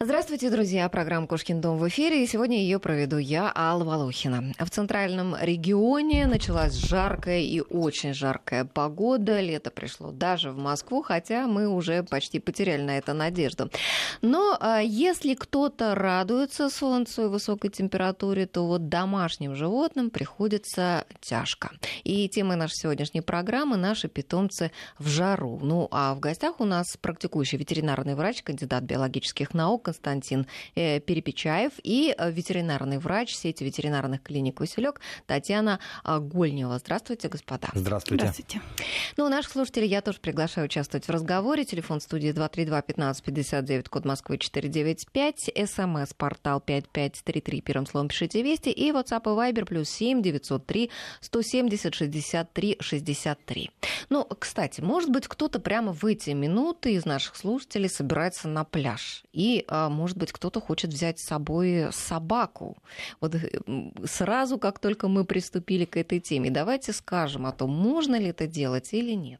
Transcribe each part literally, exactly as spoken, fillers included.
Здравствуйте, друзья. Программа «Кошкин дом» в эфире. И сегодня ее проведу я, Алла Волохина. В центральном регионе началась жаркая и очень жаркая погода. Лето пришло даже в Москву, хотя мы уже почти потеряли на это надежду. Но а, если кто-то радуется солнцу и высокой температуре, то вот домашним животным приходится тяжко. И темой нашей сегодняшней программы — наши питомцы в жару. Ну, а в гостях у нас практикующий ветеринарный врач, кандидат биологических наук Константин э, Перепечаев и э, ветеринарный врач сети ветеринарных клиник «Василек» Татьяна э, Гольнева. Здравствуйте, господа. Здравствуйте. Здравствуйте. Ну, наших слушателей я тоже приглашаю участвовать в разговоре. Телефон студии два три два пятнадцать пятьдесят девять, код Москвы четыре девять пять, СМС-портал пять пять три три, первым словом пишите «Вести», и WhatsApp и Viber плюс семь девятьсот три сто семьдесят шестьдесят три шестьдесят три. Ну, кстати, может быть, кто-то прямо в эти минуты из наших слушателей собирается на пляж. И, может быть, кто-то хочет взять с собой собаку. Вот сразу, как только мы приступили к этой теме, давайте скажем о том, можно ли это делать или нет.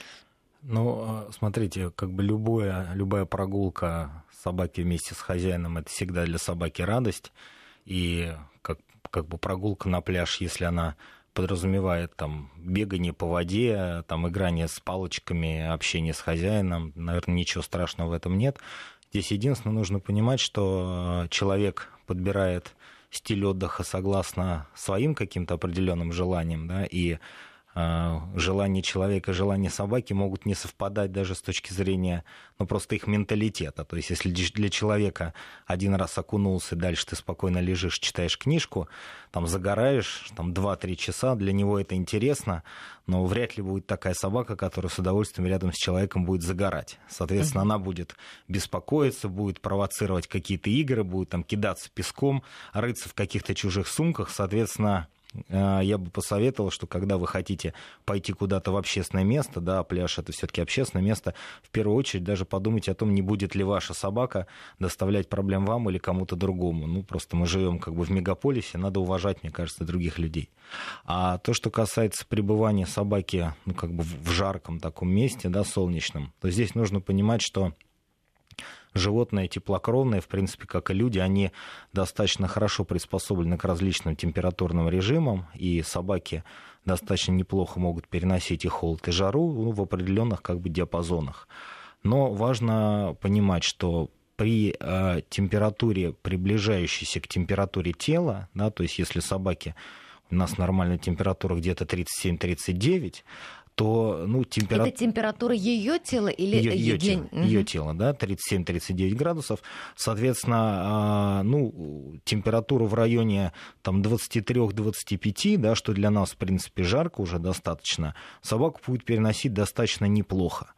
Ну, смотрите, как бы любое, любая прогулка собаки вместе с хозяином — это всегда для собаки радость. И как, как бы прогулка на пляж, если она подразумевает там бегание по воде, там играние с палочками, общение с хозяином, наверное, ничего страшного в этом нет. Здесь единственное, нужно понимать, что человек подбирает стиль отдыха согласно своим каким-то определенным желаниям, да, и э, желания человека и желания собаки могут не совпадать даже с точки зрения, ну, просто их менталитета. То есть, если для человека один раз окунулся, дальше ты спокойно лежишь, читаешь книжку, там загораешь, там два-три часа, для него это интересно, но вряд ли будет такая собака, которая с удовольствием рядом с человеком будет загорать. Соответственно, uh-huh. она будет беспокоиться, будет провоцировать какие-то игры, будет там кидаться песком, рыться в каких-то чужих сумках. Соответственно, я бы посоветовал, что когда вы хотите пойти куда-то в общественное место, да, пляж — это все-таки общественное место, в первую очередь даже подумайте о том, не будет ли ваша собака доставлять проблем вам или кому-то другому. Ну, просто мы живем как бы в мегаполисе, надо уважать, мне кажется, других людей. А то, что касается пребывания собаки, ну, как бы в жарком таком месте, да, солнечном, то здесь нужно понимать, что животные теплокровные, в принципе, как и люди, они достаточно хорошо приспособлены к различным температурным режимам, и собаки достаточно неплохо могут переносить и холод, и жару, ну, в определенных как бы диапазонах. Но важно понимать, что при э, температуре, приближающейся к температуре тела, да, то есть если собаки, у нас нормальная температура где-то тридцать семь тридцать девять, то, ну, температура... Это температура ее тела или ее, ее, ее... тело, угу. ее тело, да, тридцать семь тридцать девять градусов. Соответственно, ну, температура в районе там, двадцать три двадцать пять, да, что для нас, в принципе, жарко уже достаточно, собака будет переносить достаточно неплохо.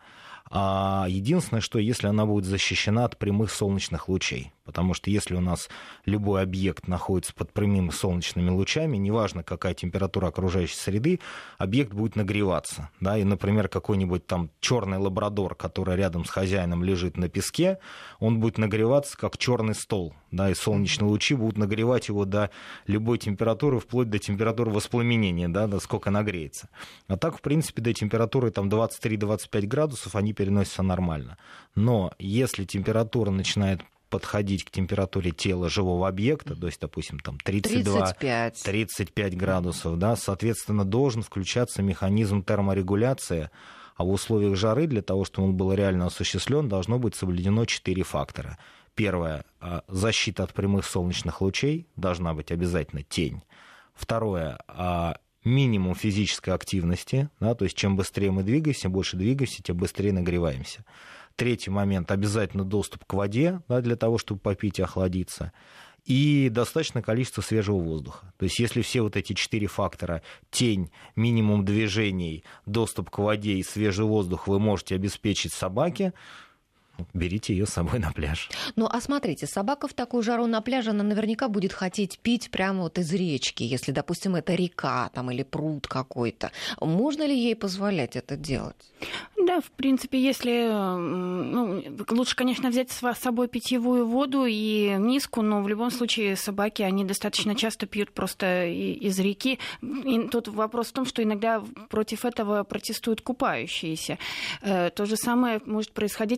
А единственное, что если она будет защищена от прямых солнечных лучей. Потому что если у нас любой объект находится под прямыми солнечными лучами, неважно, какая температура окружающей среды, объект будет нагреваться. Да? И, например, какой-нибудь там черный лабрадор, который рядом с хозяином лежит на песке, он будет нагреваться, как черный стол. Да? И солнечные лучи будут нагревать его до любой температуры, вплоть до температуры воспламенения, да, до сколько нагреется. А так, в принципе, до температуры там, двадцать три двадцать пять градусов они переносятся нормально. Но если температура начинает подходить к температуре тела живого объекта, то есть, допустим, там тридцать два тридцать пять градусов, да, соответственно, должен включаться механизм терморегуляции, а в условиях жары для того, чтобы он был реально осуществлен, должно быть соблюдено четыре фактора. Первое — защита от прямых солнечных лучей, должна быть обязательно тень. Второе — минимум физической активности, да, то есть чем быстрее мы двигаемся, больше двигаемся, тем быстрее нагреваемся. Третий момент — обязательно доступ к воде, да, для того, чтобы попить и охладиться. И достаточное количество свежего воздуха. То есть если все вот эти четыре фактора — тень, минимум движений, доступ к воде и свежий воздух — вы можете обеспечить собаке, берите ее с собой на пляж. Ну, а смотрите, собака в такую жару на пляже, она наверняка будет хотеть пить прямо вот из речки, если, допустим, это река там, или пруд какой-то. Можно ли ей позволять это делать? Да, в принципе, если... Ну, лучше, конечно, взять с собой питьевую воду и миску, но в любом случае собаки, они достаточно часто пьют просто из реки. И тут вопрос в том, что иногда против этого протестуют купающиеся. То же самое может происходить, если собака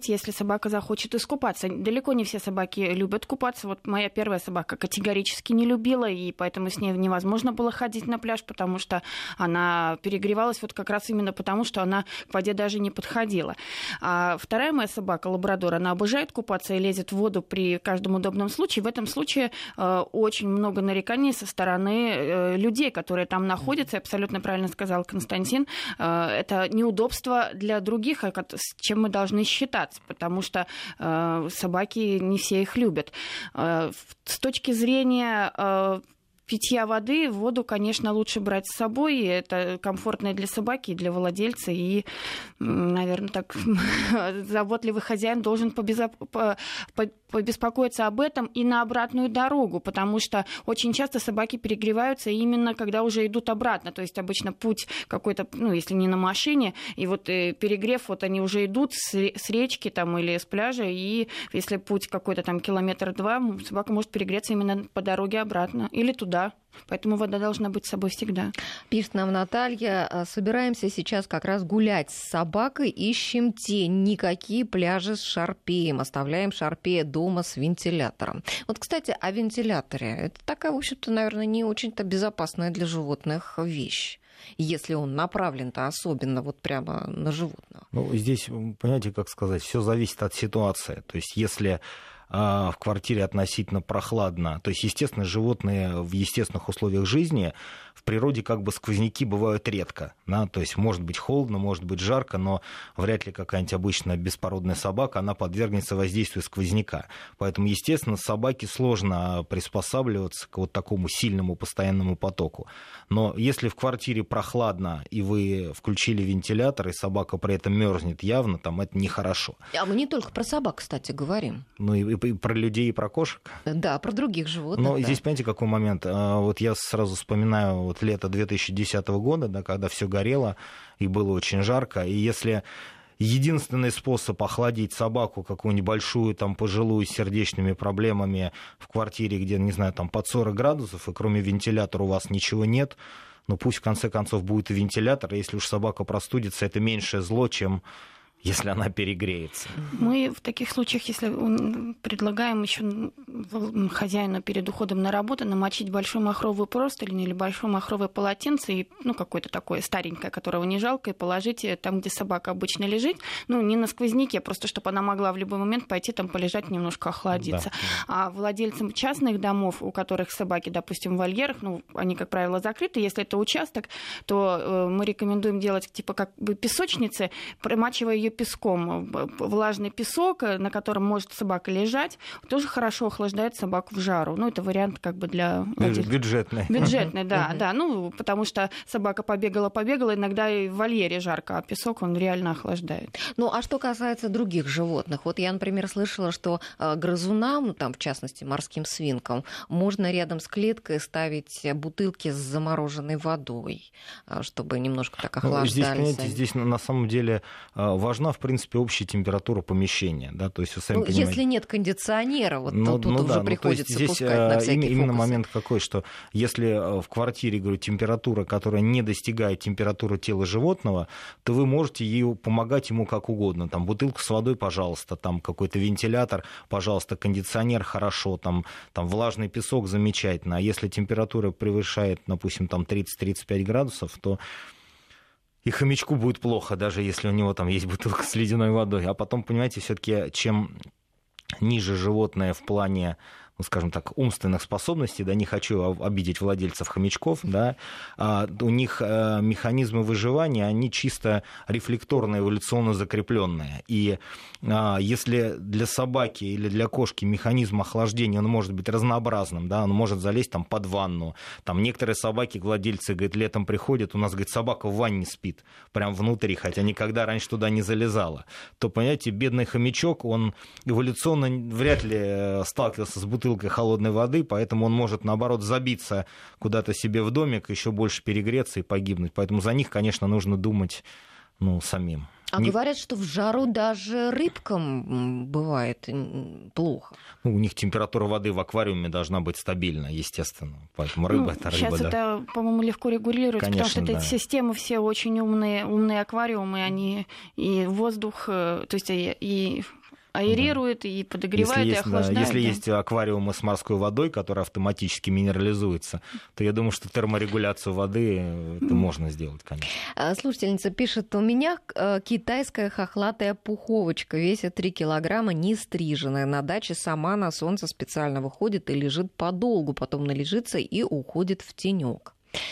собака захочет искупаться. Далеко не все собаки любят купаться. Вот моя первая собака категорически не любила, и поэтому с ней невозможно было ходить на пляж, потому что она перегревалась вот как раз именно потому, что она к воде даже не подходила. А вторая моя собака, лабрадор, она обожает купаться и лезет в воду при каждом удобном случае. В этом случае э, очень много нареканий со стороны э, людей, которые там находятся. И абсолютно правильно сказал Константин. Э, это неудобство для других, с чем мы должны считаться, потому что э, собаки не все их любят. Э, с точки зрения э, питья воды, воду, конечно, лучше брать с собой. Это комфортно и для собаки, и для владельца. И, наверное, так заботливый хозяин должен побезоп... побеспокоиться об этом и на обратную дорогу, потому что очень часто собаки перегреваются именно когда уже идут обратно. То есть обычно путь какой-то, ну, если не на машине, и вот перегрев, вот они уже идут с речки там, или с пляжа, и если путь какой-то там километр-два, собака может перегреться именно по дороге обратно или туда. Поэтому вода должна быть с собой всегда. Пишет нам Наталья, собираемся сейчас как раз гулять с собакой, ищем тень, никакие пляжи с шарпеем, оставляем шарпея дома с вентилятором. Вот, кстати, о вентиляторе. Это такая, в общем-то, наверное, не очень-то безопасная для животных вещь, если он направлен-то особенно вот прямо на животного. Ну, здесь, понимаете, как сказать, все зависит от ситуации. То есть, если в квартире относительно прохладно. То есть, естественно, животные в естественных условиях жизни в природе как бы сквозняки бывают редко. Да? То есть, может быть холодно, может быть жарко, но вряд ли какая-нибудь обычная беспородная собака, она подвергнется воздействию сквозняка. Поэтому, естественно, собаке сложно приспосабливаться к вот такому сильному постоянному потоку. Но если в квартире прохладно, и вы включили вентилятор, и собака при этом мерзнет явно, там это нехорошо. А мы не только про собак, кстати, говорим. Ну и И про людей, и про кошек. Да, про других животных. Но да. Здесь, понимаете, какой момент? Вот я сразу вспоминаю вот лето две тысячи десятого года, да, когда все горело и было очень жарко. И если единственный способ охладить собаку, какую-нибудь большую, там, пожилую, с сердечными проблемами в квартире, где, не знаю, там под сорок градусов, и кроме вентилятора у вас ничего нет, ну пусть в конце концов будет и вентилятор. Если уж собака простудится, это меньшее зло, чем если она перегреется. Мы в таких случаях, если предлагаем еще хозяину перед уходом на работу намочить большую махровую простынь или большое махровое полотенце, и, ну, какое-то такое старенькое, которого не жалко, и положить там, где собака обычно лежит, ну, не на сквозняке, просто чтобы она могла в любой момент пойти там полежать, немножко охладиться. Да. А владельцам частных домов, у которых собаки, допустим, в вольерах, ну, они, как правило, закрыты, если это участок, то мы рекомендуем делать типа как бы песочницы, промачивая ее песком. Влажный песок, на котором может собака лежать, тоже хорошо охлаждает собаку в жару. Ну, это вариант как бы для... Бюджетный. Бюджетный, да, да. Ну, потому что собака побегала-побегала, иногда и в вольере жарко, а песок, он реально охлаждает. Ну, а что касается других животных? Вот я, например, слышала, что грызунам, там, в частности, морским свинкам, можно рядом с клеткой ставить бутылки с замороженной водой, чтобы немножко так охлаждались. Здесь, понимаете, здесь на самом деле важна, в принципе, общая температура помещения. Да? То есть, вы сами ну, понимаете... Если нет кондиционера, вот ну, тут ну, уже да, приходится ну, здесь, пускать на всякие именно фокусы. Момент какой, что если в квартире, говорю, температура, которая не достигает температуры тела животного, то вы можете ей помогать ему как угодно. Там, бутылку с водой, пожалуйста, там какой-то вентилятор, пожалуйста, кондиционер, хорошо, там, там влажный песок, замечательно. А если температура превышает, допустим, там тридцать-тридцать пять градусов, то и хомячку будет плохо, даже если у него там есть бутылка с ледяной водой. А потом, понимаете, все-таки чем ниже животное в плане, ну, скажем так, умственных способностей, да, не хочу обидеть владельцев хомячков, да, а у них механизмы выживания, они чисто рефлекторно, эволюционно закрепленные. И а, если для собаки или для кошки механизм охлаждения, он может быть разнообразным, да, он может залезть там под ванну. Там некоторые собаки, владельцы, говорят, летом приходят, у нас, говорит, собака в ванне спит, прям внутри, хотя никогда раньше туда не залезала. То, понимаете, бедный хомячок, он эволюционно вряд ли сталкивался с бутылкой холодной воды, поэтому он может, наоборот, забиться куда-то себе в домик, еще больше перегреться и погибнуть. Поэтому за них, конечно, нужно думать, ну, самим. А не... говорят, что в жару даже рыбкам бывает плохо. Ну, у них температура воды в аквариуме должна быть стабильна, естественно. Поэтому рыба ну, это рыба, сейчас да. это, по-моему, легко регулируется, конечно, потому что да. эти системы все очень умные, умные аквариумы, они и воздух, то есть и... и аэрирует, да. и подогревает, если и есть, охлаждает. Да, если да. есть аквариумы с морской водой, которая автоматически минерализуется, то я думаю, что терморегуляцию воды это mm. можно сделать, конечно. Слушательница пишет, у меня китайская хохлатая пуховочка, весит три килограмма, не стриженная. На даче сама на солнце специально выходит и лежит подолгу, потом належится и уходит в тенек.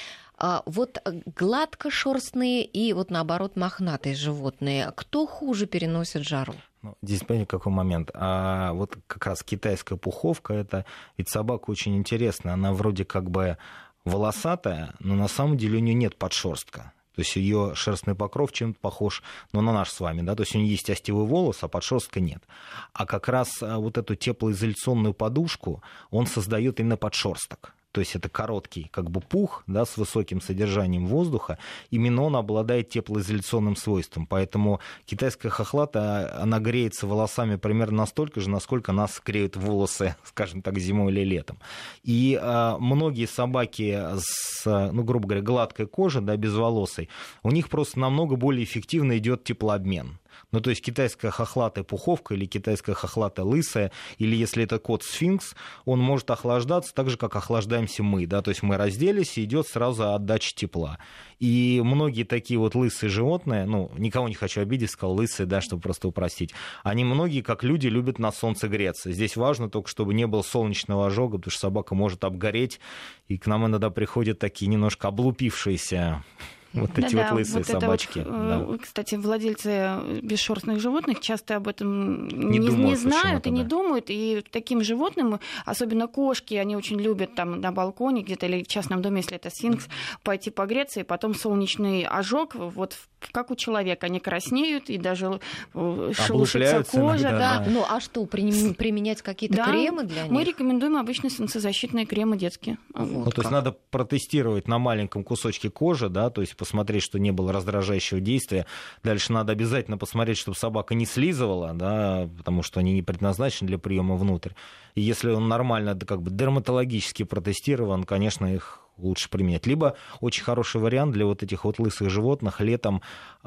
А вот гладкошерстные и вот наоборот мохнатые животные, кто хуже переносит жару? Ну, здесь, понимаете, какой момент. А вот как раз китайская пуховка, это ведь собака очень интересная. Она вроде как бы волосатая, но на самом деле у нее нет подшерстка. То есть ее шерстный покров чем-то похож, ну, на наш с вами, да, то есть у нее есть остевый волос, а подшерстка нет. А как раз вот эту теплоизоляционную подушку он создает именно подшерсток. То есть это короткий как бы пух, да, с высоким содержанием воздуха, именно он обладает теплоизоляционным свойством. Поэтому китайская хохлата, она греется волосами примерно настолько же, насколько нас греют волосы, скажем так, зимой или летом. И а, многие собаки с, ну, грубо говоря, гладкой кожей, да, безволосой, у них просто намного более эффективно идет теплообмен. Ну, то есть китайская хохлатая пуховка или китайская хохлатая лысая, или если это кот-сфинкс, он может охлаждаться так же, как охлаждаемся мы, да, то есть мы разделись, и идет сразу отдача тепла. И многие такие вот лысые животные, ну, никого не хочу обидеть, сказал лысые, да, чтобы просто упростить, они многие, как люди, любят на солнце греться. Здесь важно только, чтобы не было солнечного ожога, потому что собака может обгореть, и к нам иногда приходят такие немножко облупившиеся вот да, эти да, вот лысые вот собачки. Вот, да. Кстати, владельцы бесшерстных животных часто об этом не, не, думают, не знают и да. не думают. И таким животным, особенно кошки, они очень любят там на балконе где-то или в частном доме, если это сфинкс, пойти погреться, и потом солнечный ожог, вот как у человека, они краснеют, и даже шелушится кожа. Да. Да. Ну а что, применять какие-то да, кремы для них? Мы рекомендуем обычно солнцезащитные кремы детские. Вот. Ну, то есть надо протестировать на маленьком кусочке кожи, да, то есть посмотреть, что не было раздражающего действия. Дальше надо обязательно посмотреть, чтобы собака не слизывала, да, потому что они не предназначены для приема внутрь. И если он нормально, как бы дерматологически протестирован, конечно, их лучше применять. Либо очень хороший вариант для вот этих вот лысых животных летом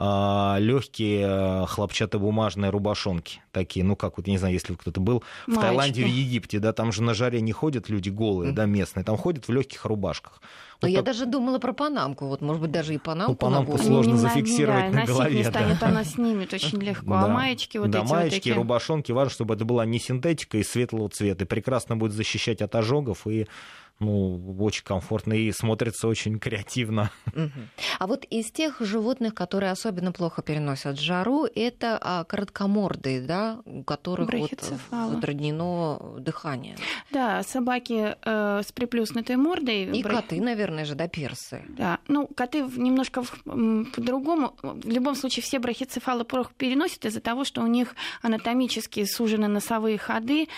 э, легкие хлопчатобумажные рубашонки такие, ну как вот, не знаю, если кто-то был в Маечки. Таиланде, в Египте, да, там же на жаре не ходят люди голые, mm. да, местные, там ходят в легких рубашках. Но вот я так... даже думала про панамку, вот, может быть, даже и панамку. Ну, панамку на сложно не зафиксировать на, на голове. Не станет, да. Она снимет очень легко. Да. А маечки вот да, эти маечки, вот эти... рубашонки, важно, чтобы это была не синтетика и светлого цвета, и прекрасно будет защищать от ожогов, и ну, очень комфортно, и смотрится очень креативно. Угу. А вот из тех животных, которые особенно плохо переносят жару, это а, короткомордые, да, у которых вот затруднено дыхание. Да, собаки э, с приплюснутой мордой. И бра... коты, наверное же, да, персы. Да, ну, коты немножко по-другому. В любом случае, все брахицефалы плохо переносят из-за того, что у них анатомически сужены носовые ходы,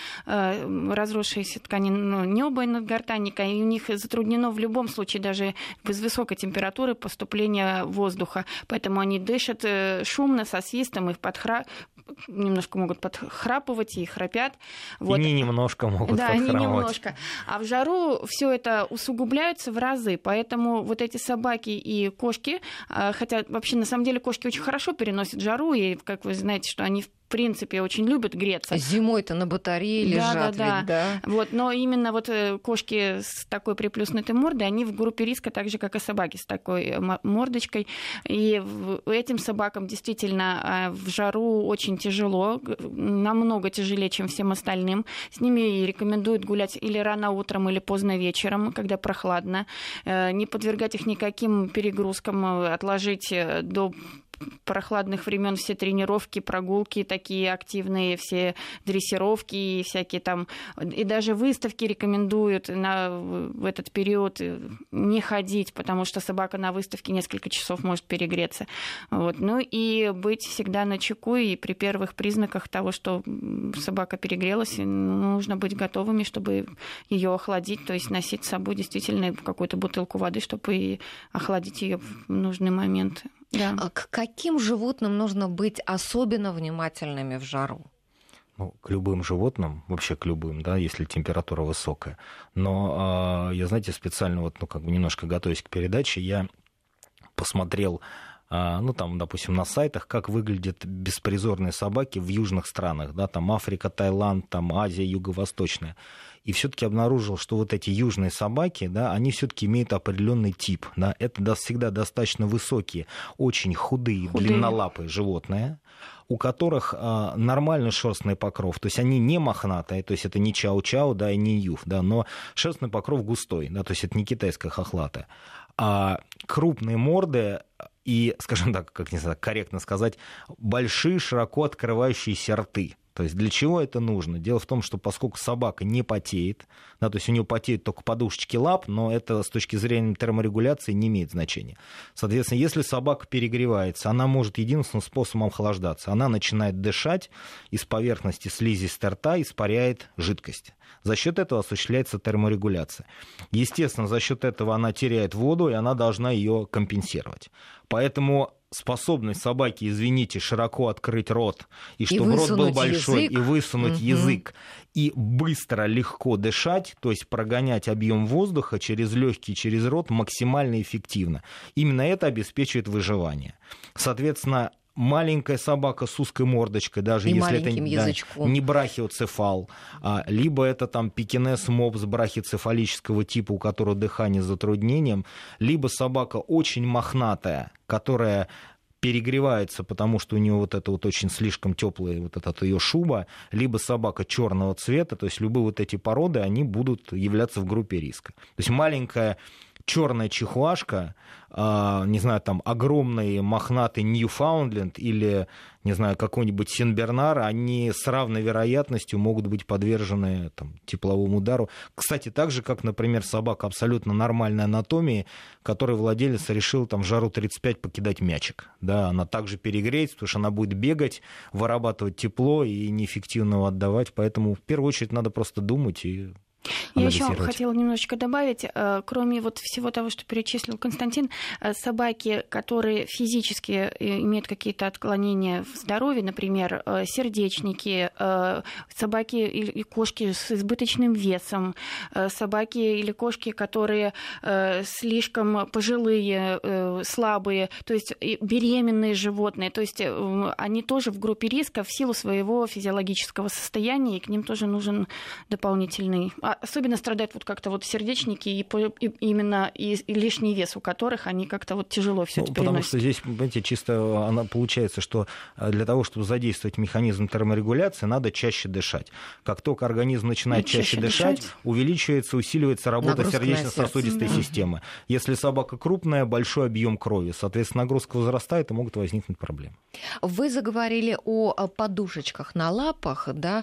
э, разросшиеся ткани ну, неба и надгортанника, и у них затруднено в любом случае даже без высокой температуры поступление воздуха. Поэтому они дышат шумно, со свистом, их подхра... немножко могут подхрапывать и храпят. Вот. И не немножко могут да, подхрапывать. Да, не немножко. А в жару все это усугубляется в разы. Поэтому вот эти собаки и кошки, хотя вообще на самом деле кошки очень хорошо переносят жару, и, как вы знаете, что они в принципе очень любят греться. Зимой-то на батарее лежат, да, да, ведь, да. Вот, но именно вот кошки с такой приплюснутой мордой, они в группе риска так же, как и собаки с такой мордочкой. И этим собакам действительно в жару очень тяжело, намного тяжелее, чем всем остальным. С ними рекомендуют гулять или рано утром, или поздно вечером, когда прохладно. Не подвергать их никаким перегрузкам, отложить до прохладных времен все тренировки, прогулки такие активные, все дрессировки и всякие там, и даже выставки рекомендуют на, в этот период не ходить, потому что собака на выставке несколько часов может перегреться. Вот. Ну и быть всегда начеку, и при первых признаках того, что собака перегрелась, нужно быть готовыми, чтобы ее охладить, то есть носить с собой действительно какую-то бутылку воды, чтобы охладить ее в нужный момент. Да. А к каким животным нужно быть особенно внимательными в жару? Ну, к любым животным, вообще к любым, да, если температура высокая. Но э, я, знаете, специально вот, ну, как бы немножко готовясь к передаче, я посмотрел ну, там, допустим, на сайтах, как выглядят беспризорные собаки в южных странах, да, там Африка, Таиланд, там Азия, Юго-Восточная. И все-таки обнаружил, что вот эти южные собаки, да, они все-таки имеют определенный тип. Да, это всегда достаточно высокие, очень худые, худые. длиннолапые животные, у которых а, нормальный шерстный покров. То есть они не мохнатые, то есть это не чау-чау, да, и не юф, да, но шерстный покров густой, да, то есть это не китайская хохлатая. А крупные морды и, скажем так, как не знаю, корректно сказать, большие, широко открывающиеся рты. То есть для чего это нужно? Дело в том, что поскольку собака не потеет, да, то есть у нее потеют только подушечки лап, но это с точки зрения терморегуляции не имеет значения. Соответственно, если собака перегревается, она может единственным способом охлаждаться. Она начинает дышать, из поверхности слизистой рта испаряет жидкость. За счет этого осуществляется терморегуляция. Естественно, за счет этого она теряет воду, и она должна ее компенсировать. Поэтому способность собаки, извините, широко открыть рот, и чтобы и рот был большой, язык. и высунуть угу. язык, и быстро, легко дышать, то есть прогонять объем воздуха через легкие, через рот максимально эффективно. Именно это обеспечивает выживание. Соответственно, маленькая собака с узкой мордочкой, даже и если это да, не брахиоцефал, а, либо это там пекинес мопс брахицефалического типа, у которого дыхание с затруднением, либо собака очень мохнатая, которая перегревается, потому что у нее вот это вот очень слишком теплая вот эта ее шуба, либо собака черного цвета, то есть любые вот эти породы, они будут являться в группе риска. То есть маленькая черная чихуашка, э, не знаю, там огромный мохнатый Ньюфаундленд или, не знаю, какой-нибудь Сенбернар, они с равной вероятностью могут быть подвержены там, тепловому удару. Кстати, так же, как, например, собака абсолютно нормальной анатомии, которой владелец решил там, в жару тридцать пять покидать мячик. Да, она также перегреется, потому что она будет бегать, вырабатывать тепло и неэффективно его отдавать. Поэтому в первую очередь надо просто думать и... Я еще хотела немножечко добавить, кроме вот всего того, что перечислил Константин, собаки, которые физически имеют какие-то отклонения в здоровье, например, сердечники, собаки и кошки с избыточным весом, собаки или кошки, которые слишком пожилые, слабые, то есть беременные животные, то есть они тоже в группе риска в силу своего физиологического состояния, и к ним тоже нужен дополнительный... Особенно страдают вот как-то вот сердечники и, и именно и, и лишний вес, у которых они как-то вот тяжело все это ну, переносят. Потому что здесь, понимаете, чисто она, получается, что для того, чтобы задействовать механизм терморегуляции, надо чаще дышать. Как только организм начинает чаще, чаще дышать, дышать, увеличивается, усиливается работа сердечно-сосудистой да. системы. Если собака крупная, большой объем крови, соответственно, нагрузка возрастает, и могут возникнуть проблемы. Вы заговорили о подушечках на лапах, да?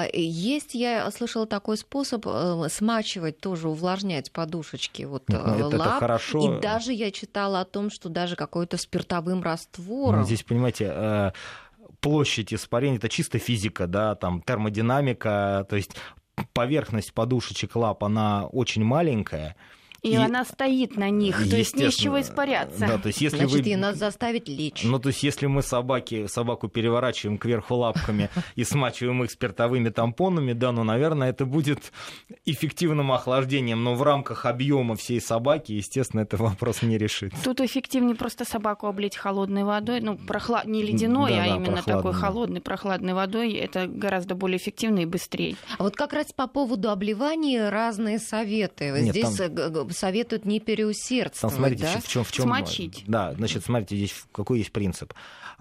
Есть, я слышала такой способ, смачивать тоже, увлажнять подушечки вот, Нет, ну, это, лап. Это хорошо. И даже я читала о том, что даже какой-то спиртовым раствором. Ну, здесь, понимаете, площадь испарения — это чисто физика, да, там термодинамика, то есть поверхность подушечек лап, она очень маленькая. И, и она стоит на них, то есть не с чего испаряться. Да, то есть если Значит, вы... ей надо заставить лечь. Ну, то есть если мы собаки, собаку переворачиваем кверху лапками и смачиваем их спиртовыми тампонами, да, ну, наверное, это будет эффективным охлаждением, но в рамках объема всей собаки, естественно, этот вопрос не решится. Тут эффективнее просто собаку облить холодной водой, ну, прохлад... не ледяной, да, а да, именно такой да. холодной, прохладной водой, это гораздо более эффективно и быстрее. А вот как раз по поводу обливания разные советы. Нет, здесь... там... советуют не переусердствовать, Там, смотрите, да? в чем, в чем... Смочить. Да, значит, смотрите, здесь какой есть принцип.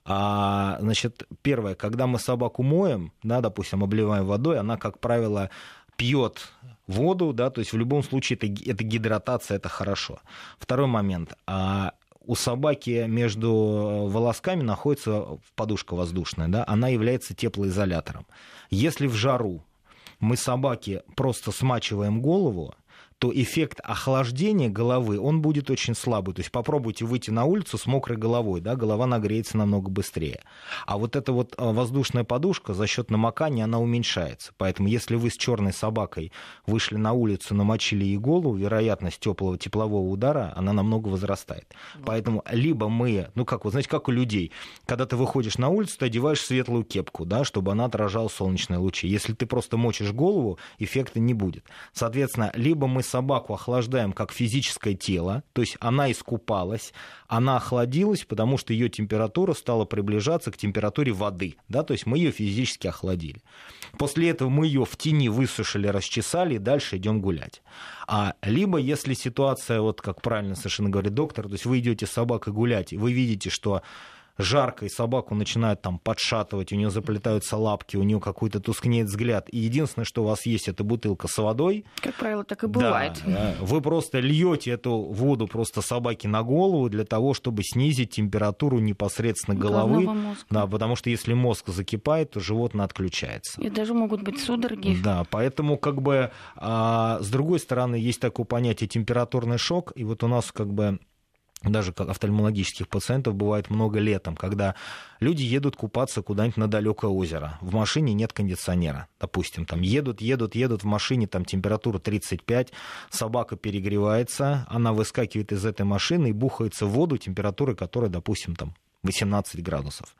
А, значит, первое, когда мы собаку моем, да, допустим, обливаем водой, она, как правило, пьет воду, да, то есть в любом случае это, это гидратация, это хорошо. Второй момент. А, у собаки между волосками находится подушка воздушная, да, она является теплоизолятором. Если в жару мы собаке просто смачиваем голову, то эффект охлаждения головы, он будет очень слабый. То есть попробуйте выйти на улицу с мокрой головой, да, голова нагреется намного быстрее. А вот эта вот воздушная подушка за счет намокания, она уменьшается. Поэтому если вы с черной собакой вышли на улицу, намочили ей голову, вероятность теплого теплового удара, она намного возрастает. Поэтому либо мы, ну как, вот знаете, как у людей, когда ты выходишь на улицу, ты одеваешь светлую кепку, да, чтобы она отражала солнечные лучи. Если ты просто мочишь голову, эффекта не будет. Соответственно, либо мы с собаку охлаждаем как физическое тело, то есть она искупалась, она охладилась, потому что ее температура стала приближаться к температуре воды, да, то есть мы ее физически охладили. После этого мы ее в тени высушили, расчесали и дальше идем гулять. А либо, если ситуация, вот как правильно совершенно говорит доктор, то есть вы идете с собакой гулять, и вы видите, что жарко, и собаку начинают там подшатывать, у нее заплетаются лапки, у нее какой-то тускнеет взгляд, и единственное, что у вас есть, это бутылка с водой. Как правило, так и бывает. Да, вы просто льете эту воду просто собаке на голову для того, чтобы снизить температуру непосредственно головы. Да, потому что если мозг закипает, то животное отключается. И даже могут быть судороги. Да, поэтому как бы а, с другой стороны есть такое понятие температурный шок, и вот у нас как бы даже как офтальмологических пациентов бывает много летом, когда люди едут купаться куда-нибудь на далекое озеро. В машине нет кондиционера, допустим. Там едут, едут, едут в машине, там температура тридцать пять, собака перегревается, она выскакивает из этой машины и бухается в воду, температура которой, допустим, там восемнадцать градусов.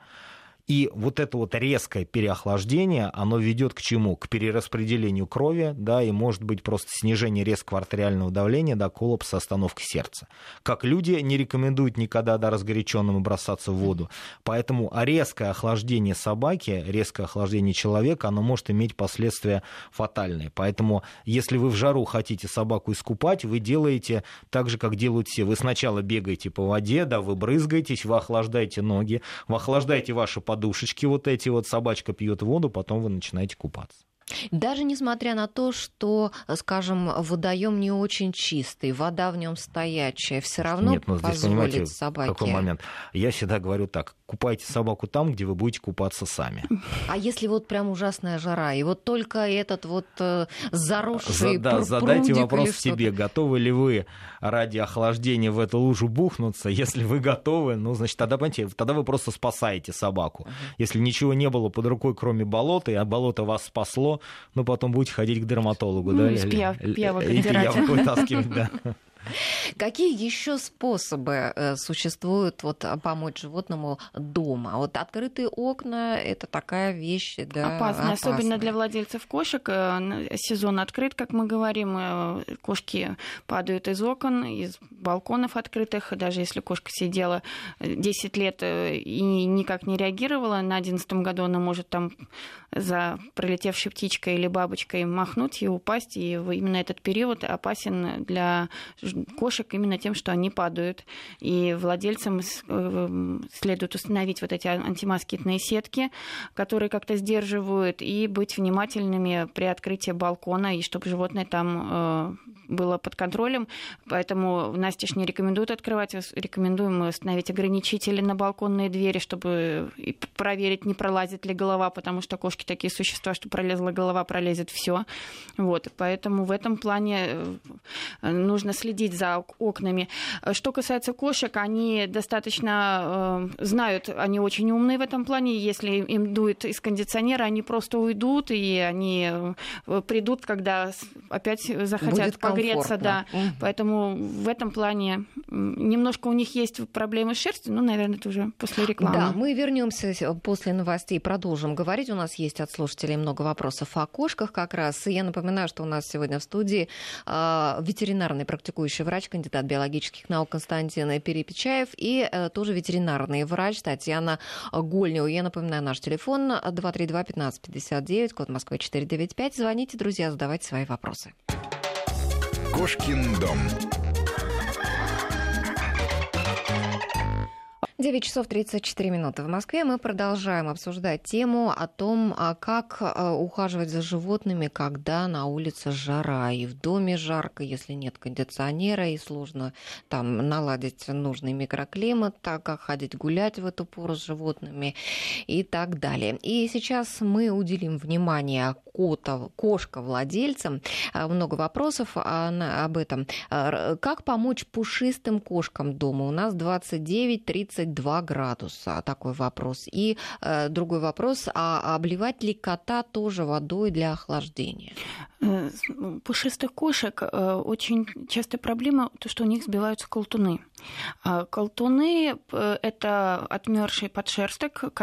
И вот это вот резкое переохлаждение, оно ведет к чему? К перераспределению крови, да, и может быть просто снижение резкого артериального давления, да, коллапс, остановка сердца. Как люди не рекомендуют никогда, да, разгоряченному бросаться в воду. Поэтому резкое охлаждение собаки, резкое охлаждение человека, оно может иметь последствия фатальные. Поэтому если вы в жару хотите собаку искупать, вы делаете так же, как делают все. Вы сначала бегаете по воде, да, вы брызгаетесь, вы охлаждаете ноги, вы охлаждаете ваши подушечки вот эти вот, собачка пьет воду, потом вы начинаете купаться. Даже несмотря на то, что, скажем, водоем не очень чистый, вода в нем стоячая, все равно Нет, ну, здесь, позволит собаке. Какой момент? Я всегда говорю так: купайте собаку там, где вы будете купаться сами. А если вот прям ужасная жара, и вот только этот вот заросший да, прудик задайте вопрос или себе, готовы ли вы ради охлаждения в эту лужу бухнуться? Если вы готовы, ну, значит, тогда, понимаете, тогда вы просто спасаете собаку. Uh-huh. Если ничего не было под рукой, кроме болота, а болото вас спасло, ну, потом будете ходить к дерматологу, ну, да? И пиявок и пиявок вытаскивать, да. Какие еще способы существуют вот, помочь животному дома? Вот открытые окна — это такая вещь, да, опасная, особенно для владельцев кошек. Сезон открыт, как мы говорим, кошки падают из окон, из балконов открытых. Даже если кошка сидела десять лет и никак не реагировала, на одиннадцатом году она может там за пролетевшей птичкой или бабочкой махнуть и упасть. И именно этот период опасен для кошек именно тем, что они падают. И владельцам следует установить вот эти антимоскитные сетки, которые как-то сдерживают, и быть внимательными при открытии балкона, и чтобы животное там было под контролем. Поэтому настежь не рекомендуют открывать. Рекомендуем установить ограничители на балконные двери, чтобы проверить, не пролазит ли голова, потому что кошки такие существа, что пролезла голова, пролезет все. Вот. Поэтому в этом плане нужно следить за окнами. Что касается кошек, они достаточно э, знают, они очень умные в этом плане. Если им дует из кондиционера, они просто уйдут, и они придут, когда опять захотят погреться. Да. Угу. Поэтому в этом плане немножко у них есть проблемы с шерстью, но, наверное, это уже после рекламы. Да, мы вернемся после новостей, продолжим говорить. У нас есть от слушателей много вопросов о кошках как раз. И я напоминаю, что у нас сегодня в студии э, ветеринарный практикующий врач, кандидат биологических наук Константин Перепечаев и э, тоже ветеринарный врач Татьяна Гольнева. Я напоминаю, наш телефон два три два пятнадцать пятьдесят девять, код Москвы четыреста девяносто пять. Звоните, друзья, задавайте свои вопросы. Кошкин дом. девять часов тридцать четыре минуты в Москве. Мы продолжаем обсуждать тему о том, как ухаживать за животными, когда на улице жара и в доме жарко, если нет кондиционера и сложно там наладить нужный микроклимат, так как ходить гулять в эту пору с животными и так далее. И сейчас мы уделим внимание кота, кошка-владельцам. Много вопросов об этом. Как помочь пушистым кошкам дома? У нас двадцать девять тридцать тридцать два градуса. Такой вопрос. И э, другой вопрос, а обливать ли кота тоже водой для охлаждения? У пушистых кошек очень частая проблема, то, что у них сбиваются колтуны. Колтуны – это отмёрзший подшерсток,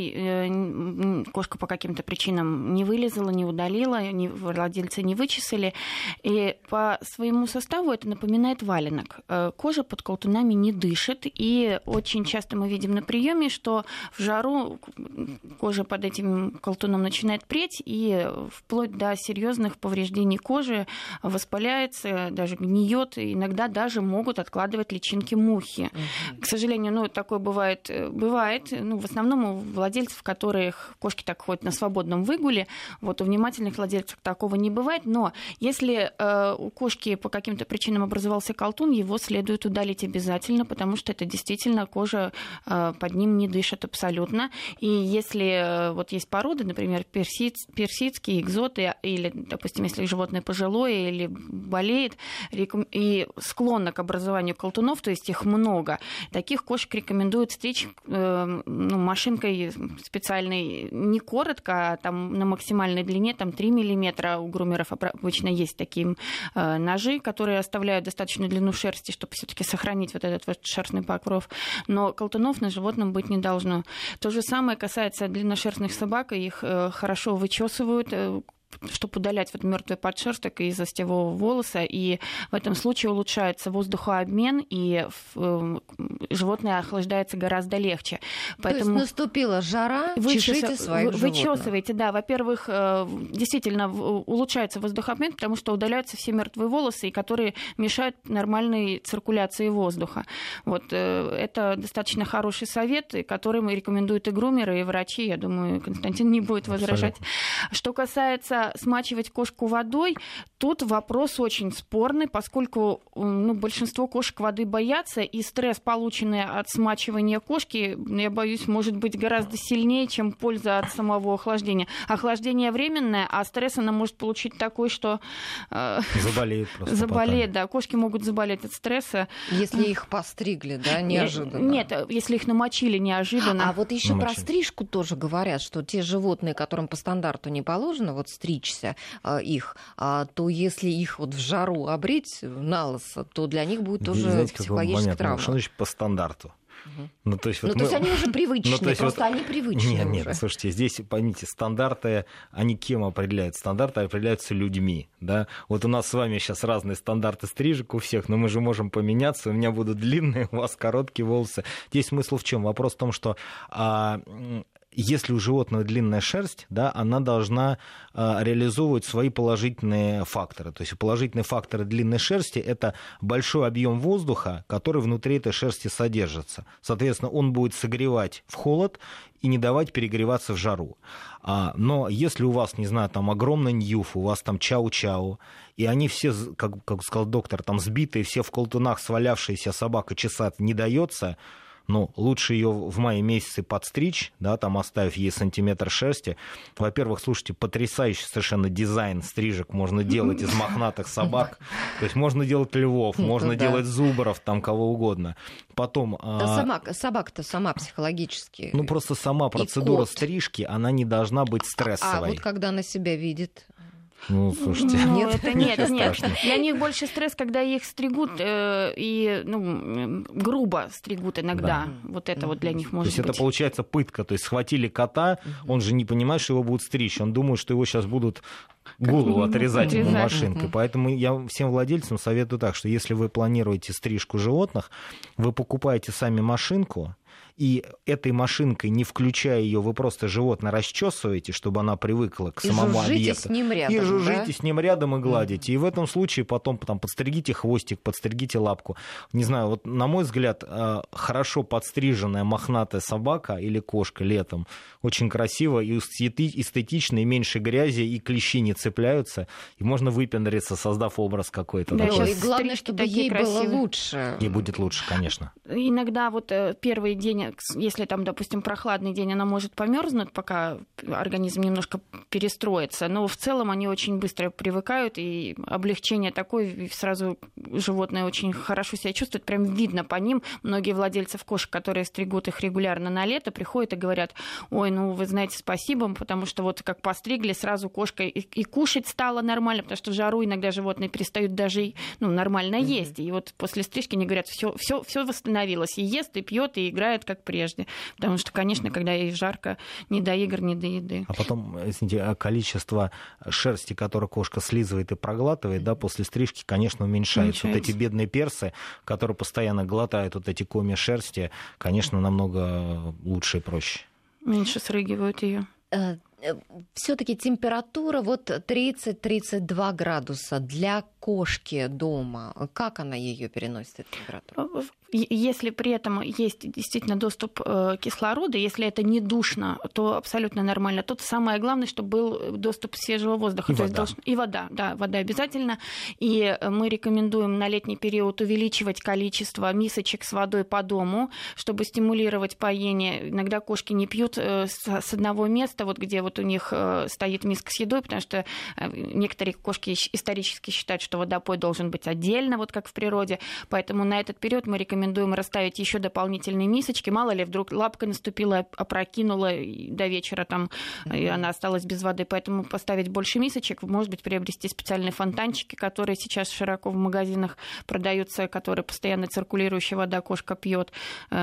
который кошка по каким-то причинам не вылезала, не удалила, владельцы не вычесали. И по своему составу это напоминает валенок. Кожа под колтунами не дышит, и очень часто мы видим на приеме, что в жару кожа под этим колтуном начинает преть, и вплоть до серьезных повреждений кожи воспаляется, даже гниет, иногда даже могут откладывать личинки мухи. Mm-hmm. К сожалению, ну, такое бывает, бывает. Ну, в основном у владельцев, которых кошки так ходят на свободном выгуле, вот у внимательных владельцев такого не бывает, но если э, у кошки по каким-то причинам образовался колтун, его следует удалить обязательно, потому что это действительно кожа э, под ним не дышит абсолютно. И если э, вот есть породы, например, персид, персидские, экзоты, или, допустим, если животное пожилое или болеет и склонно к образованию колтунов, то есть их много, таких кошек рекомендуют стричь э, ну, машинкой специальной не коротко, а там на максимальной длине там три миллиметра. У грумеров обычно есть такие э, ножи, которые оставляют достаточную длину шерсти, чтобы все-таки сохранить вот этот вот шерстный покров. Но колтунов на животном быть не должно. То же самое касается длинношерстных собак, их э, хорошо вычесывают, э, чтобы удалять вот мертвый подшерсток из остевого волоса, и в этом случае улучшается воздухообмен, и животное охлаждается гораздо легче. Поэтому... То есть наступила жара, чешите своих животных. Вычесываете, да. Во-первых, действительно улучшается воздухообмен, потому что удаляются все мертвые волосы, которые мешают нормальной циркуляции воздуха. Вот. Это достаточно хороший совет, который рекомендуют и грумеры, и врачи. Я думаю, Константин не будет возражать. Абсолютно. Что касается смачивать кошку водой, тут вопрос очень спорный, поскольку ну, большинство кошек воды боятся, и стресс, полученный от смачивания кошки, я боюсь, может быть гораздо сильнее, чем польза от самого охлаждения. Охлаждение временное, а стресс она может получить такой, что... Э, заболеет просто. Заболеет, да. Кошки могут заболеть от стресса. Если их постригли, да, неожиданно. Нет, если их намочили неожиданно. А вот еще про стрижку тоже говорят, что те животные, которым по стандарту не положено, вот стричься их, то если их вот в жару обрить на лысо, то для них будет тоже знаете, психологическая травма. Что значит по стандарту? Угу. Ну, то есть, вот ну, мы... то есть они уже привычные, ну, просто вот... они привычные Нет, уже. нет, слушайте, здесь, поймите, стандарты, они кем определяются? Стандарты определяются людьми, да? Вот у нас с вами сейчас разные стандарты стрижек у всех, но мы же можем поменяться, у меня будут длинные, у вас короткие волосы. Здесь смысл в чем? Вопрос в том, что... А... Если у животного длинная шерсть, да, она должна э, реализовывать свои положительные факторы. То есть положительные факторы длинной шерсти – это большой объем воздуха, который внутри этой шерсти содержится. Соответственно, он будет согревать в холод и не давать перегреваться в жару. А, но если у вас, не знаю, там огромный ньюф, у вас там чау-чау, и они все, как, как сказал доктор, там сбитые, все в колтунах, свалявшаяся собака чесать не дается, но лучше ее в мае месяце подстричь, да, там оставив ей сантиметр шерсти. Во-первых, слушайте, потрясающий совершенно дизайн стрижек можно делать из мохнатых собак. То есть можно делать львов, можно делать зубров, там кого угодно. Потом... Да, собака-то сама психологически. Ну, просто сама процедура стрижки, она не должна быть стрессовой. А вот когда она себя видит... Ну, слушайте, ну, нет, это нет, нет. Для них больше стресс, когда их стригут э, и ну, грубо стригут иногда. Да. Вот это вот для них может быть. То есть быть. Это получается пытка. То есть схватили кота, он же не понимает, что его будут стричь. Он думает, что его сейчас будут голову отрезать ему машинкой. Uh-huh. Поэтому я всем владельцам советую так, что если вы планируете стрижку животных, вы покупаете сами машинку, и этой машинкой, не включая ее, вы просто животное расчесываете, чтобы она привыкла к самому объекту. И жужжите с ним рядом, И жужжите да? с ним рядом и гладите. Mm-hmm. И в этом случае потом там, подстригите хвостик, подстригите лапку. Не знаю, вот на мой взгляд, хорошо подстриженная мохнатая собака или кошка летом очень красиво и эстетично, и меньше грязи, и клещи не цепляются, и можно выпендриться, создав образ какой-то. Да, и главное, чтобы ей красивые. Было лучше. Ей будет лучше, конечно. Иногда вот первый день если там, допустим, прохладный день, она может померзнуть, пока организм немножко перестроится, но в целом они очень быстро привыкают, и облегчение такое, и сразу животное очень хорошо себя чувствует, прям видно по ним. Многие владельцы кошек, которые стригут их регулярно на лето, приходят и говорят: ой, ну вы знаете, спасибо, потому что вот как постригли, сразу кошка и, и кушать стало нормально, потому что в жару иногда животные перестают даже ну, нормально mm-hmm. есть. И вот после стрижки они говорят: все, все, все восстановилось, и ест, и пьет, и играет как прежде. Потому что, конечно, когда ей жарко, не до игр, не до еды. А потом, извините, количество шерсти, которое кошка слизывает и проглатывает, да, после стрижки, конечно, уменьшается. уменьшается. Вот эти бедные персы, которые постоянно глотают вот эти комья шерсти, конечно, намного лучше и проще. Меньше срыгивают ее. Все-таки температура вот тридцать-тридцать два градуса для кошки дома. Как она ее переносит, эту температуру? Если при этом есть действительно доступ кислорода, если это не душно, то абсолютно нормально. Тут самое главное, чтобы был доступ свежего воздуха. И то вода. Есть должен... И вода, да, вода обязательно. И мы рекомендуем на летний период увеличивать количество мисочек с водой по дому, чтобы стимулировать поение. Иногда кошки не пьют с одного места, вот где вот у них стоит миска с едой, потому что некоторые кошки исторически считают, что водопой должен быть отдельно, вот как в природе. Поэтому на этот период мы рекомендуем Рекомендуем расставить еще дополнительные мисочки. Мало ли, вдруг лапка наступила, опрокинула до вечера, там, и она осталась без воды. Поэтому поставить больше мисочек, может быть, приобрести специальные фонтанчики, которые сейчас широко в магазинах продаются, которые постоянно циркулирующая вода кошка пьет.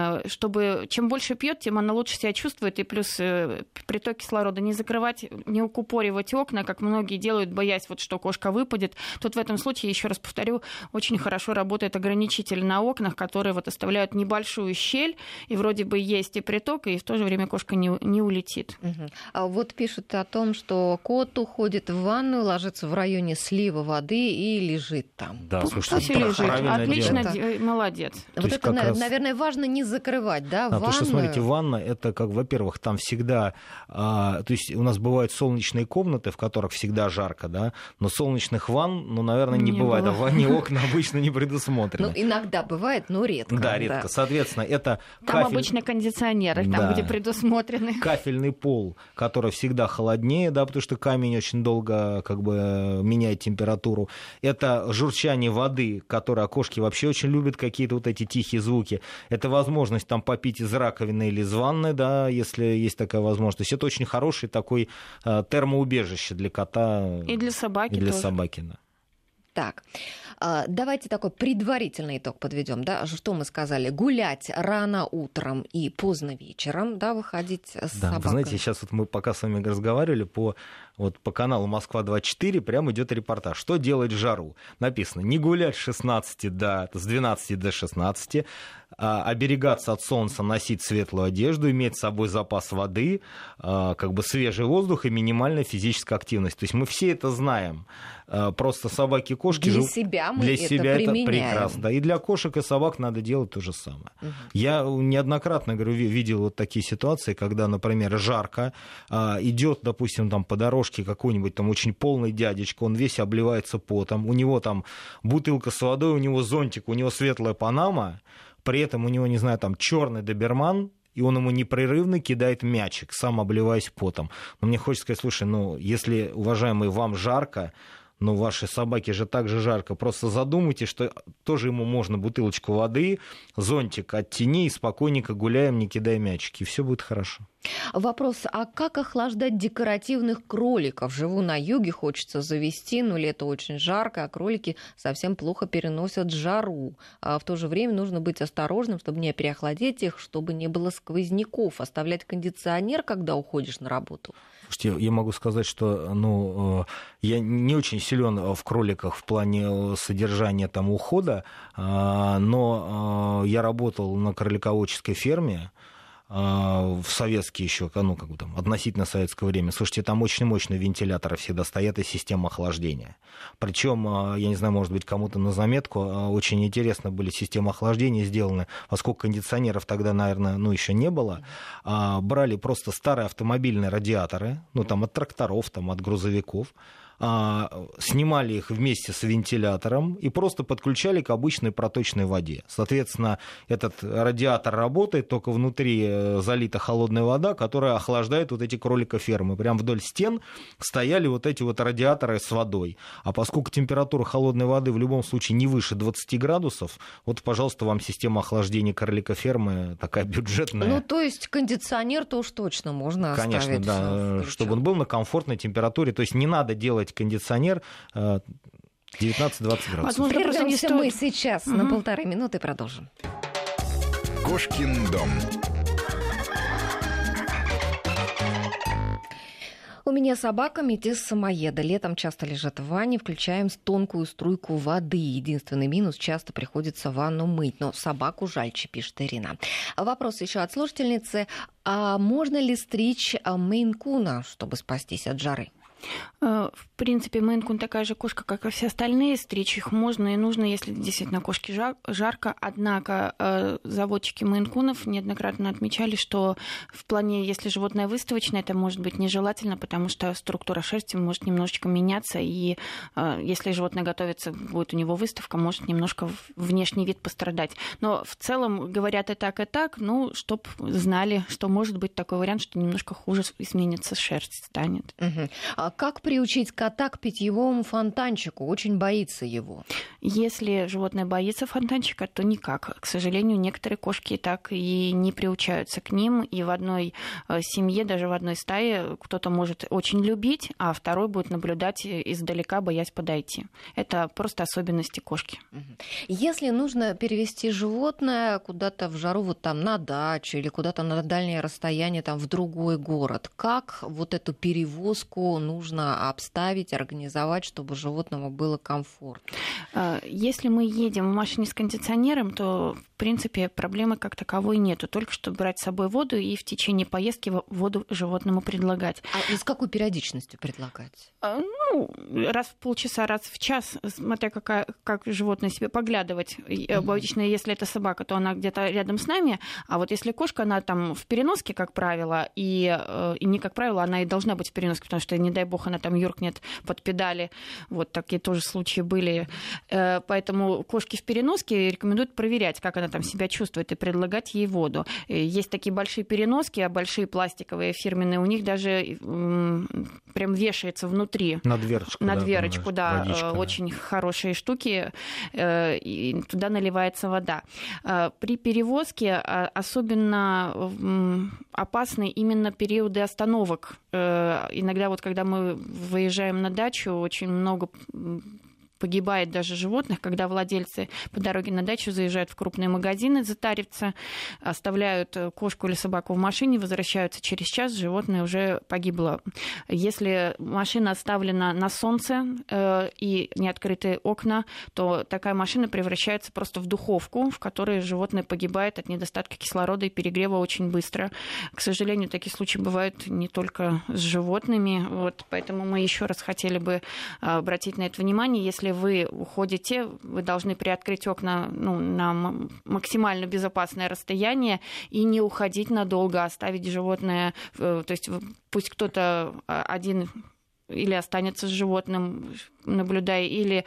Чтобы чем больше пьет, тем она лучше себя чувствует. И плюс приток кислорода не закрывать, не укупоривать окна, как многие делают, боясь, вот, что кошка выпадет. Тут в этом случае, еще раз повторю, очень хорошо работает ограничитель на окнах, которые вот оставляют небольшую щель, и вроде бы есть и приток, и в то же время кошка не, не улетит. Угу. А вот пишут о том, что кот уходит в ванную, ложится в районе слива воды и лежит там. Да, Пусть слушайте, лежит. Отлично, дело. Молодец. Вот есть это, раз... наверное, важно не закрывать, да, а, ванную. Потому что, смотрите, ванна, это, как, во-первых, там всегда... А, то есть у нас бывают солнечные комнаты, в которых всегда жарко, да, но солнечных ванн, ну, наверное, не, не бывает. Было. А в ванне окна обычно не предусмотрены. Ну, иногда бывает, но редко. Да, редко. Да. Соответственно, это там кафель... обычно кондиционеры, там, да. где предусмотрены. Кафельный пол, который всегда холоднее, да, потому что камень очень долго как бы меняет температуру. Это журчание воды, которое кошки вообще очень любят, какие-то вот эти тихие звуки. Это возможность там попить из раковины или из ванны, да, если есть такая возможность. То есть это очень хороший такой э, термоубежище для кота. И для собаки И для тоже. собаки, да. Так, давайте такой предварительный итог подведем, да, что мы сказали: гулять рано утром и поздно вечером, да, выходить с да, собакой. Вы знаете, сейчас вот мы пока с вами разговаривали, по, вот, по каналу Москва двадцать четыре прямо идет репортаж, что делать в жару. Написано: не гулять с шестнадцати до, с двенадцати до шестнадцати, а, оберегаться от солнца, носить светлую одежду, иметь с собой запас воды, а, как бы свежий воздух и минимальная физическая активность. То есть мы все это знаем. Просто собаки и кошки... Для жив... себя мы для это себя применяем. Это прекрасно. Да. И для кошек и собак надо делать то же самое. Угу. Я неоднократно, говорю, видел вот такие ситуации, когда, например, жарко, идет, допустим, там по дорожке какой-нибудь там очень полный дядечка, он весь обливается потом, у него там бутылка с водой, у него зонтик, у него светлая панама, при этом у него, не знаю, там черный доберман, и он ему непрерывно кидает мячик, сам обливаясь потом. Но мне хочется сказать: слушай, ну, если, уважаемый, вам жарко, но вашей собаке же так же жарко. Просто задумайтесь, что тоже ему можно бутылочку воды, зонтик от тени, и спокойненько гуляем, не кидая мячики, и все будет хорошо. Вопрос: а как охлаждать декоративных кроликов? Живу на юге, хочется завести, но лето очень жарко, а кролики совсем плохо переносят жару. А в то же время нужно быть осторожным, чтобы не переохладить их, чтобы не было сквозняков. Оставлять кондиционер, когда уходишь на работу? Слушайте, я могу сказать, что ну, я не очень силен в кроликах в плане содержания там, ухода, но я работал на кролиководческой ферме в советские еще, ну, как бы там, относительно советское время. Слушайте, там очень мощные вентиляторы всегда стоят и система охлаждения. Причем, я не знаю, может быть, кому-то на заметку, очень интересно были системы охлаждения сделаны, поскольку кондиционеров тогда, наверное, ну, еще не было. Брали просто старые автомобильные радиаторы, ну, там, от тракторов, там, от грузовиков, а, снимали их вместе с вентилятором и просто подключали к обычной проточной воде. Соответственно, этот радиатор работает, только внутри залита холодная вода, которая охлаждает вот эти кроликофермы. Прям вдоль стен стояли вот эти вот радиаторы с водой. А поскольку температура холодной воды в любом случае не выше двадцати градусов, вот, пожалуйста, вам система охлаждения кроликофермы такая бюджетная. Ну, то есть кондиционер-то уж точно можно оставить. Конечно, да, чтобы он был на комфортной температуре. То есть не надо делать кондиционер девятнадцать-двадцать градусов. Прервемся мы сейчас угу. на полторы минуты, продолжим. Кошкин дом. У меня собака метис-самоеда. Летом часто лежит в ванне, включаем тонкую струйку воды. Единственный минус — часто приходится ванну мыть. Но собаку жальче, пишет Ирина. Вопрос еще от слушательницы. А можно ли стричь мейн-куна, чтобы спастись от жары? В принципе, мейн-кун такая же кошка, как и все остальные. Стричь их можно и нужно, если действительно кошке жарко. Однако заводчики мейн-кунов неоднократно отмечали, что в плане, если животное выставочное, это может быть нежелательно, потому что структура шерсти может немножечко меняться, и если животное готовится, будет у него выставка, может немножко внешний вид пострадать. Но в целом говорят и так, и так, ну, чтоб знали, что может быть такой вариант, что немножко хуже изменится шерсть станет. Угу. Как приучить кота к питьевому фонтанчику? Очень боится его. Если животное боится фонтанчика, то никак. К сожалению, некоторые кошки так и не приучаются к ним. И в одной семье, даже в одной стае, кто-то может очень любить, а второй будет наблюдать издалека, боясь подойти. Это просто особенности кошки. Если нужно перевести животное куда-то в жару, вот там на дачу или куда-то на дальнее расстояние, там в другой город, как вот эту перевозку нужно обставить, организовать, чтобы животному было комфортно? Если мы едем в машине с кондиционером, то, в принципе, проблемы как таковой нету. Только что брать с собой воду и в течение поездки воду животному предлагать. А и с какой периодичностью предлагать? Ну, раз в полчаса, раз в час, смотря какая, как животное себе поглядывать. Mm-hmm. Обычно, если это собака, то она где-то рядом с нами, а вот если кошка, она там в переноске, как правило, и, и не как правило, она и должна быть в переноске, потому что, не дай бог, она там юркнет под педали. Вот такие тоже случаи были. Поэтому кошки в переноске рекомендуют проверять, как она там себя чувствует, и предлагать ей воду. Есть такие большие переноски, а большие пластиковые фирменные, у них даже прям вешается внутри. На дверочку. На да, дверочку, да. Водичка, очень да. хорошие штуки, и туда наливается вода. При перевозке особенно опасны именно периоды остановок. Иногда вот когда мы выезжаем на дачу, очень много погибает даже животных, когда владельцы по дороге на дачу заезжают в крупные магазины затариться, оставляют кошку или собаку в машине, возвращаются через час, животное уже погибло. Если машина оставлена на солнце э, и не открыты окна, то такая машина превращается просто в духовку, в которой животное погибает от недостатка кислорода и перегрева очень быстро. К сожалению, такие случаи бывают не только с животными, вот, поэтому мы еще раз хотели бы обратить на это внимание. Если Если вы уходите, вы должны приоткрыть окна ну, на максимально безопасное расстояние и не уходить надолго, оставить животное, то есть пусть кто-то один или останется с животным, наблюдая, или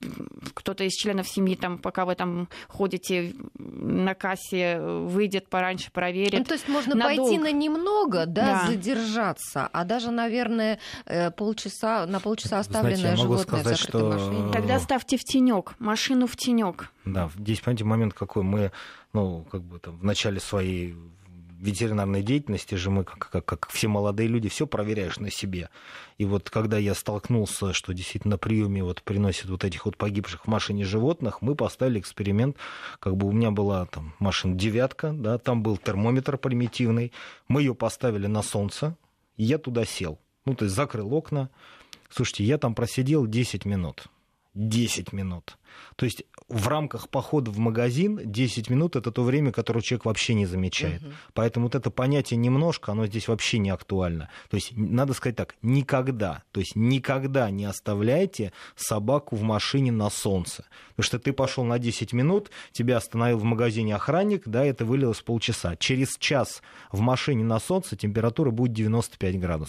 кто-то из членов семьи, там, пока вы там ходите на кассе, выйдет пораньше, проверит. Ну, то есть можно надолго. Пойти на немного, да, да, задержаться, а даже, наверное, полчаса, на полчаса оставленное Знаете, я могу животное сказать, в закрытой что... машине. Тогда ставьте в тенек, машину в тенек. Да, здесь, понимаете, момент какой. Мы, ну, как бы там в начале своей ветеринарной деятельности же мы, как, как, как все молодые люди, все проверяешь на себе. И вот когда я столкнулся, что действительно на приеме вот приносят вот этих вот погибших в машине животных, мы поставили эксперимент. Как бы у меня была там машина девятка, да, там был термометр примитивный. Мы ее поставили на солнце, и я туда сел. Ну, то есть закрыл окна. Слушайте, я там просидел десять минут. десять минут. То есть в рамках похода в магазин десять минут — это то время, которое человек вообще не замечает. Uh-huh. Поэтому вот это понятие «немножко», оно здесь вообще не актуально. То есть надо сказать так, никогда, то есть никогда не оставляйте собаку в машине на солнце. Потому что ты пошел на десять минут, тебя остановил в магазине охранник, да, это вылилось полчаса. Через час в машине на солнце температура будет девяносто пять градусов.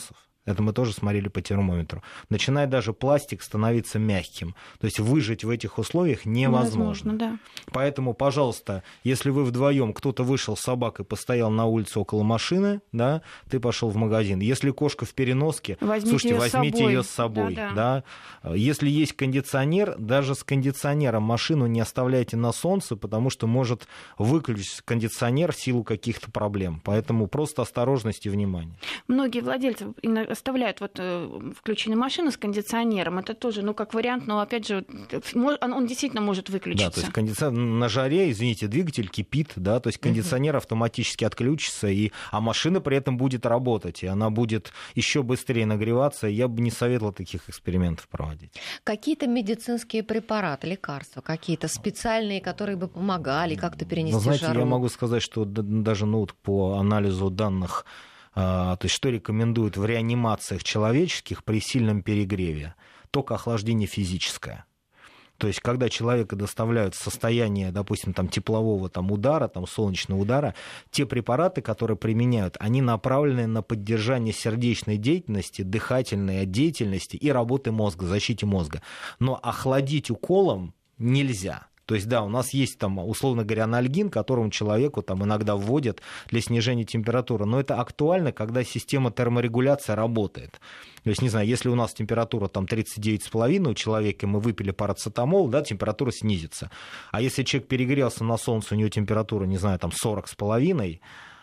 Это мы тоже смотрели по термометру. Начинает даже пластик становиться мягким. То есть выжить в этих условиях невозможно. Невозможно, да. Поэтому, пожалуйста, если вы вдвоем, кто-то вышел с собакой, постоял на улице около машины, да, ты пошел в магазин. Если кошка в переноске, возьмите слушайте, ее возьмите с собой. ее с собой. Да, да. Да. Если есть кондиционер, даже с кондиционером машину не оставляйте на солнце, потому что может выключить кондиционер в силу каких-то проблем. Поэтому просто осторожность и внимание. Многие владельцы оставляют вот включенную машину с кондиционером. Это тоже, ну, как вариант, но, опять же, он, он действительно может выключиться. Да, то есть кондиционер на жаре, извините, двигатель кипит, да, то есть кондиционер uh-huh. автоматически отключится, и, а машина при этом будет работать, и она будет еще быстрее нагреваться. Я бы не советовал таких экспериментов проводить. Какие-то медицинские препараты, лекарства, какие-то специальные, которые бы помогали как-то перенести ну, знаете, жару? Я могу сказать, что даже ну, по анализу данных, то есть что рекомендуют в реанимациях человеческих при сильном перегреве? Только охлаждение физическое. То есть, когда человека доставляют в состояние, допустим, там, теплового там, удара, там, солнечного удара, те препараты, которые применяют, они направлены на поддержание сердечной деятельности, дыхательной деятельности и работы мозга, защите мозга. Но охладить уколом нельзя. То есть, да, у нас есть, там, условно говоря, анальгин, которому человеку там, иногда вводят для снижения температуры. Но это актуально, когда система терморегуляции работает. То есть, не знаю, если у нас температура там, тридцать девять целых пять у человека, и мы выпили парацетамол, да, температура снизится. А если человек перегрелся на солнце, у него температура, не знаю, там сорок с половиной,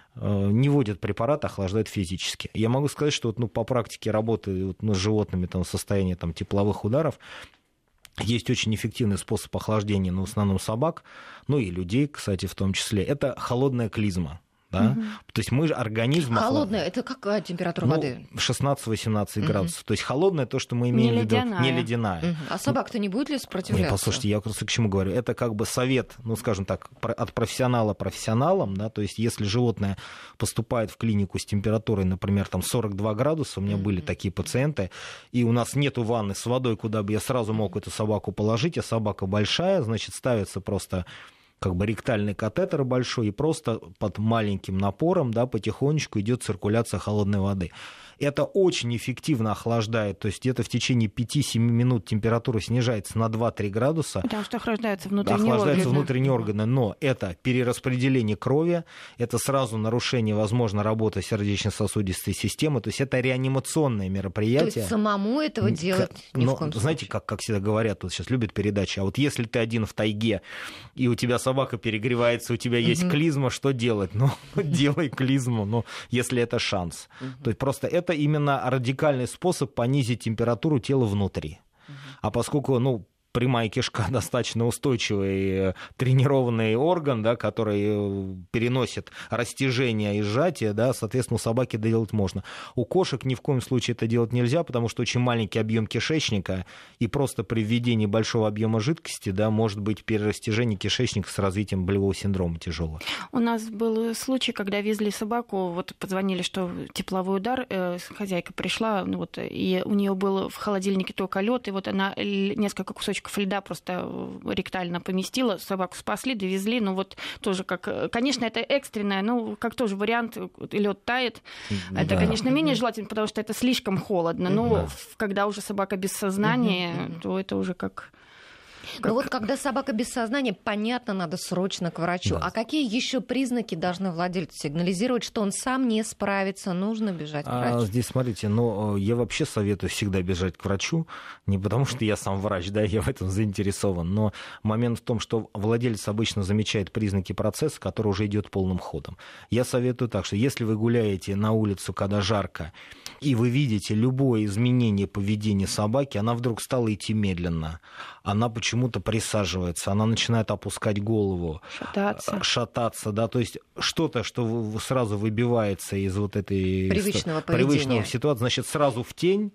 не вводят препарат, охлаждает физически. Я могу сказать, что вот, ну, по практике работы вот, ну, с животными там, в состоянии там, тепловых ударов, есть очень эффективный способ охлаждения, ну, в основном собак, ну и людей, кстати, в том числе. Это холодная клизма. Да? Угу. То есть мы же организм... Холодная, это какая температура ну, воды? шестнадцать-восемнадцать угу. градусов. То есть холодная, то, что мы имеем не в виду, ледяная. не ледяная. Угу. А собак-то не будет ли сопротивляться? Нет, послушайте, я просто к чему говорю. Это как бы совет, ну, скажем так, от профессионала профессионалам. Да? То есть если животное поступает в клинику с температурой, например, там сорок два градуса, у меня угу. были такие пациенты, и у нас нету ванны с водой, куда бы я сразу мог эту собаку положить, а собака большая, значит, ставится просто... как бы ректальный катетер большой, и просто под маленьким напором, да, потихонечку идет циркуляция холодной воды. Это очень эффективно охлаждает, то есть где-то в течение пять-семь минут температура снижается на два-три градуса. Потому что охлаждаются внутренние охлаждаются органы. внутренние органы, но это перераспределение крови, это сразу нарушение, возможно, работы сердечно-сосудистой системы, то есть это реанимационное мероприятие. То есть самому этого делать к... ни но, в коем случае. Знаете, как, как всегда говорят, вот сейчас любят передачи, а вот если ты один в тайге, и у тебя собака перегревается, у тебя есть угу. клизма, что делать? Ну, делай клизму, ну, если это шанс. Угу. То есть просто это именно радикальный способ понизить температуру тела внутри. Uh-huh. А поскольку, ну, прямая кишка достаточно устойчивый тренированный орган, да, который переносит растяжение и сжатие, да, соответственно, у собаки это делать можно. У кошек ни в коем случае это делать нельзя, потому что очень маленький объем кишечника, и просто при введении большого объема жидкости, да, может быть перерастяжение кишечника с развитием болевого синдрома тяжелого. У нас был случай, когда везли собаку, вот позвонили, что тепловой удар, э, хозяйка пришла, ну, вот, и у нее был в холодильнике только лед, и вот она несколько кусочков льда просто ректально поместила, собаку спасли, довезли, ну вот тоже как, конечно, это экстренное, ну как тоже вариант, лед тает, да. Это, конечно, менее желательно, потому что это слишком холодно, но да. Когда уже собака без сознания, то это уже как... Как... Ну вот когда собака без сознания, понятно, надо срочно к врачу. Да. А какие еще признаки должны владельцу сигнализировать, что он сам не справится, нужно бежать к врачу? А, здесь, смотрите, ну, я вообще советую всегда бежать к врачу, не потому что я сам врач, да, я в этом заинтересован, но момент в том, что владелец обычно замечает признаки процесса, который уже идет полным ходом. Я советую так, что если вы гуляете на улицу, когда жарко, и вы видите любое изменение поведения собаки, она вдруг стала идти медленно, она почему-то присаживается, она начинает опускать голову, шататься, шататься, да, то есть что-то, что сразу выбивается из вот этой привычного, привычного ситуации, значит, сразу в тень,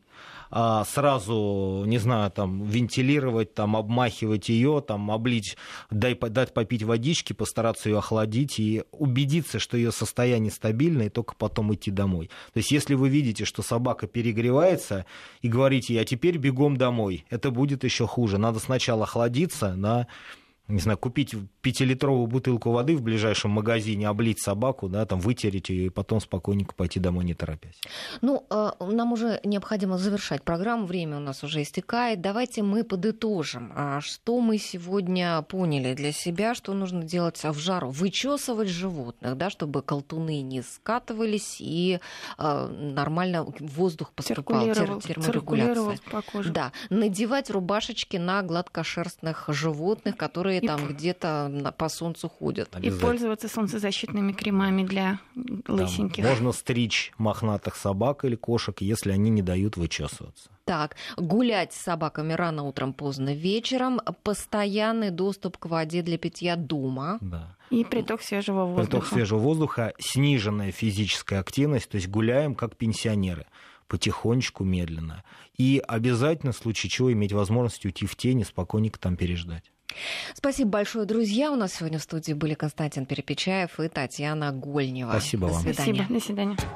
сразу, не знаю, там, вентилировать, там, обмахивать ее, там, облить, дай, дать попить водички, постараться ее охладить и убедиться, что ее состояние стабильное, и только потом идти домой. То есть, если вы видите, что собака перегревается, и говорите, а теперь бегом домой, это будет еще хуже. Надо сначала охладиться, да, не знаю, купить пятилитровую бутылку воды в ближайшем магазине, облить собаку, да, там, вытереть ее и потом спокойненько пойти домой, не торопясь. Ну, нам уже необходимо завершать программу, время у нас уже истекает. Давайте мы подытожим, что мы сегодня поняли для себя, что нужно делать в жару. Вычесывать животных, да, чтобы колтуны не скатывались и нормально воздух поступал, терморегуляция. По коже. Да, надевать рубашечки на гладкошерстных животных, которые и там где-то по солнцу ходят. И пользоваться солнцезащитными кремами для лысеньких. Там можно стричь мохнатых собак или кошек, если они не дают вычесываться. Так, гулять с собаками рано утром, поздно вечером, постоянный доступ к воде для питья дома. Да. И приток свежего воздуха. Приток свежего воздуха, сниженная физическая активность, то есть гуляем как пенсионеры, потихонечку, медленно. И обязательно, в случае чего, иметь возможность уйти в тень и спокойненько там переждать. Спасибо большое, друзья. У нас сегодня в студии были Константин Перепечаев и Татьяна Гольнева. Спасибо вам. До свидания. Спасибо. До свидания.